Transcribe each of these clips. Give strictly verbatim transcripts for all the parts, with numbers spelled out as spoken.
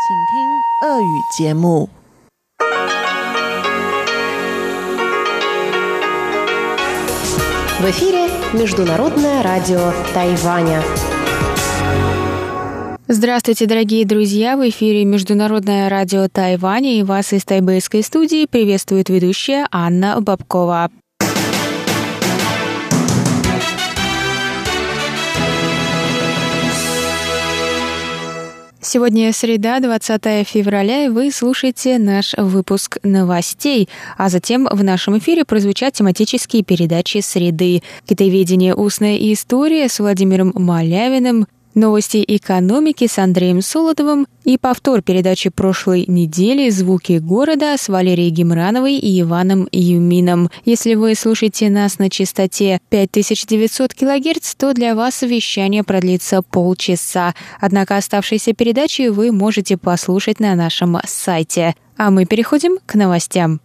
请听俄语节目。 В эфире Международное радио Тайваня. Здравствуйте, дорогие друзья! В эфире Международное радио Тайваня, и вас из тайбэйской студии приветствует ведущая Анна Бабкова. Сегодня среда, двадцатое февраля, и вы слушаете наш выпуск новостей, а затем в нашем эфире прозвучат тематические передачи «Среды», «Китаеведение. Устная история» с Владимиром Малявиным, новости экономики с Андреем Солодовым и повтор передачи прошлой недели «Звуки города» с Валерией Гемрановой и Иваном Юмином. Если вы слушаете нас на частоте пять тысяч девятьсот килогерц, то для вас вещание продлится полчаса. Однако оставшиеся передачи вы можете послушать на нашем сайте. А мы переходим к новостям.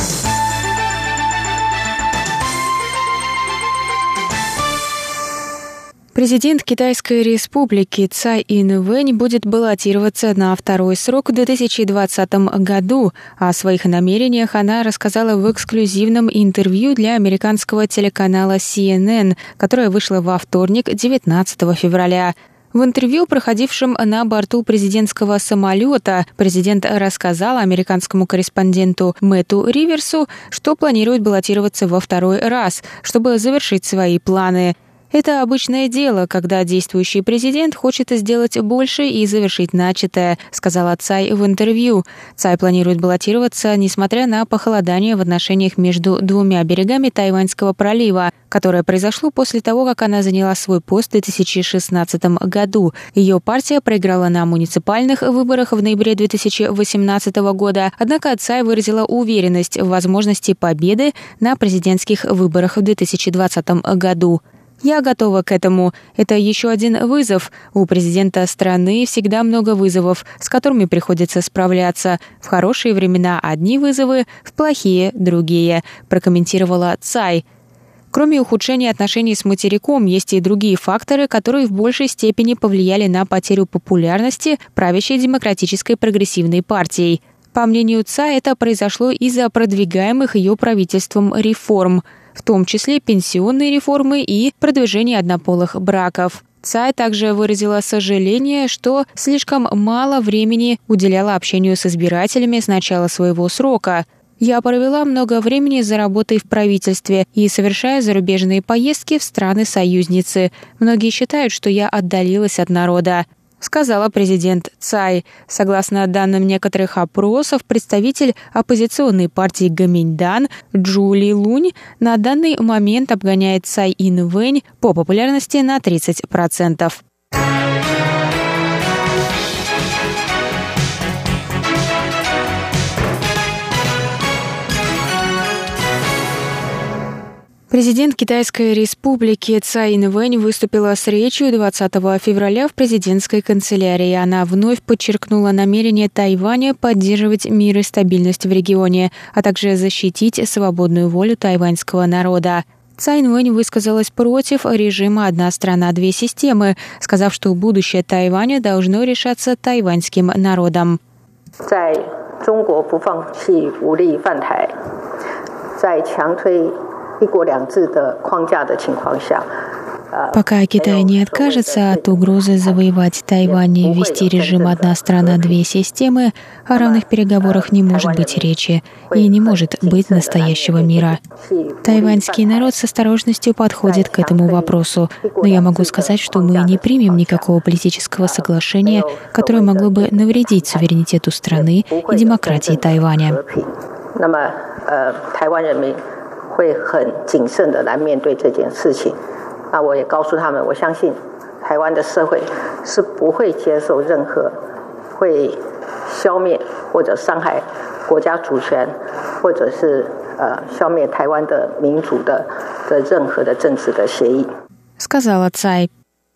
Президент Китайской республики Цай Ин-вэнь будет баллотироваться на второй срок в две тысячи двадцатом году. О своих намерениях она рассказала в эксклюзивном интервью для американского телеканала си эн эн, которое вышло во вторник, девятнадцатого февраля. В интервью, проходившем на борту президентского самолета, президент рассказал американскому корреспонденту Мэтту Риверсу, что планирует баллотироваться во второй раз, чтобы завершить свои планы. Это обычное дело, когда действующий президент хочет сделать больше и завершить начатое, сказала Цай в интервью. Цай планирует баллотироваться, несмотря на похолодание в отношениях между двумя берегами Тайваньского пролива, которое произошло после того, как она заняла свой пост в две тысячи шестнадцатом году. Ее партия проиграла на муниципальных выборах в ноябре две тысячи восемнадцатого года, однако Цай выразила уверенность в возможности победы на президентских выборах в две тысячи двадцатом году. «Я готова к этому. Это еще один вызов. У президента страны всегда много вызовов, с которыми приходится справляться. В хорошие времена одни вызовы, в плохие – другие», прокомментировала Цай. Кроме ухудшения отношений с материком, есть и другие факторы, которые в большей степени повлияли на потерю популярности правящей демократической прогрессивной партией. По мнению Цай, это произошло из-за продвигаемых ее правительством реформ, в том числе пенсионные реформы и продвижение однополых браков. Цай также выразила сожаление, что слишком мало времени уделяла общению с избирателями с начала своего срока. «Я провела много времени за работой в правительстве и совершая зарубежные поездки в страны-союзницы. Многие считают, что я отдалилась от народа», сказала президент Цай. Согласно данным некоторых опросов, представитель оппозиционной партии Гоминьдан Джу Лилунь на данный момент обгоняет Цай Ин-вэнь по популярности на тридцать процентов. Президент Китайской республики Цай Ин-вэнь выступила с речью двадцатого февраля в президентской канцелярии. Она вновь подчеркнула намерение Тайваня поддерживать мир и стабильность в регионе, а также защитить свободную волю тайваньского народа. Цай Ин-вэнь высказалась против режима «одна страна, две системы», сказав, что будущее Тайваня должно решаться тайваньским народом. Пока Китай не откажется от угрозы завоевать Тайвань и ввести режим «одна страна, две системы», о равных переговорах не может быть речи и не может быть настоящего мира. Тайваньский народ с осторожностью подходит к этому вопросу, но я могу сказать, что мы не примем никакого политического соглашения, которое могло бы навредить суверенитету страны и демократии Тайваня. 会很谨慎地来面对这件事情。那我也告诉他们，我相信台湾的社会是不会接受任何会消灭或者伤害国家主权，或者是呃消灭台湾的民主的的任何的政治的协议。сказала Цай.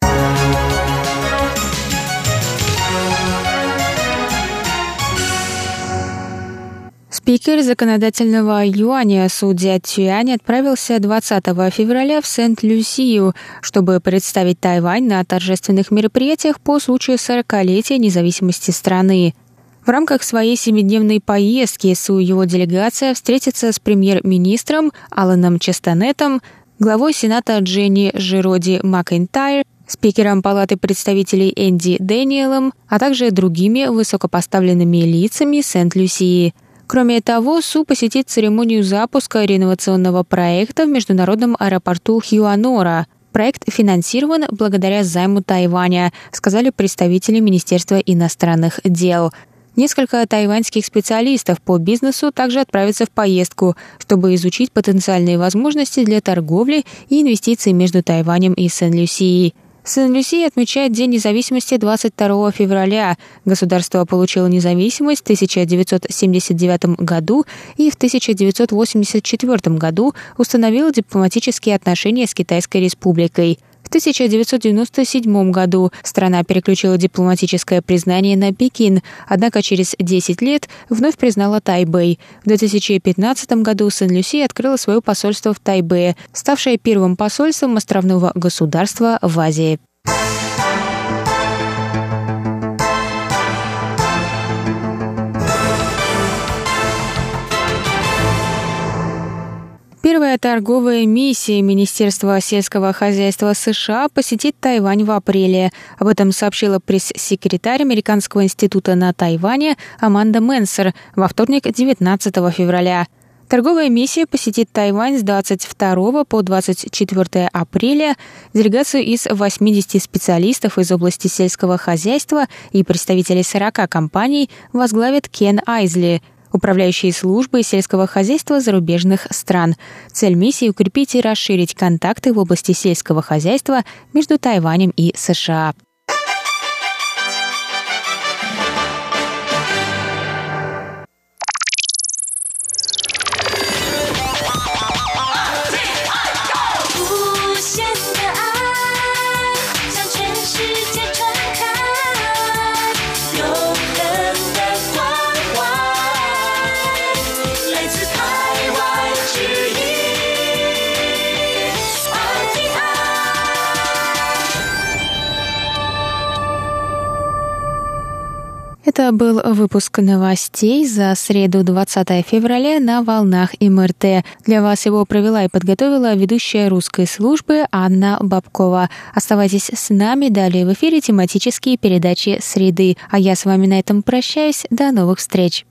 Спикер законодательного юаня судья Цюань отправился двадцатого февраля в Сент-Люсию, чтобы представить Тайвань на торжественных мероприятиях по случаю сорокалетия независимости страны. В рамках своей семидневной поездки Су и его делегация встретится с премьер-министром Аланом Частонетом, главой Сената Дженни Жироди Макентайр, спикером Палаты представителей Энди Дэниелом, а также другими высокопоставленными лицами Сент-Люсии. Кроме того, Су посетит церемонию запуска реновационного проекта в международном аэропорту Хьюанора. Проект финансирован благодаря займу Тайваня, сказали представители Министерства иностранных дел. Несколько тайваньских специалистов по бизнесу также отправятся в поездку, чтобы изучить потенциальные возможности для торговли и инвестиций между Тайванем и Сент-Люсией. Сент-Люсия отмечает День независимости двадцать второго февраля. Государство получило независимость в тысяча девятьсот семьдесят девятом году и в тысяча девятьсот восемьдесят четвёртом году установило дипломатические отношения с Китайской Республикой. В тысяча девятьсот девяносто седьмом году страна переключила дипломатическое признание на Пекин, однако через десять лет вновь признала Тайбэй. В две тысячи пятнадцатом году Сент-Люсия открыла свое посольство в Тайбэе, ставшее первым посольством островного государства в Азии. Первая торговая миссия Министерства сельского хозяйства США посетит Тайвань в апреле. Об этом сообщила пресс-секретарь Американского института на Тайване Аманда Менсер во вторник, девятнадцатого февраля. Торговая миссия посетит Тайвань с двадцать второго по двадцать четвёртое апреля. Делегацию из восьмидесяти специалистов из области сельского хозяйства и представителей сорока компаний возглавит Кен Айзли, управляющий службой сельского хозяйства зарубежных стран. Цель миссии – укрепить и расширить контакты в области сельского хозяйства между Тайванем и США. Это был выпуск новостей за среду, двадцатого февраля на волнах эм эр тэ. Для вас его провела и подготовила ведущая русской службы Анна Бабкова. Оставайтесь с нами, далее в эфире тематические передачи «Среды». А я с вами на этом прощаюсь. До новых встреч.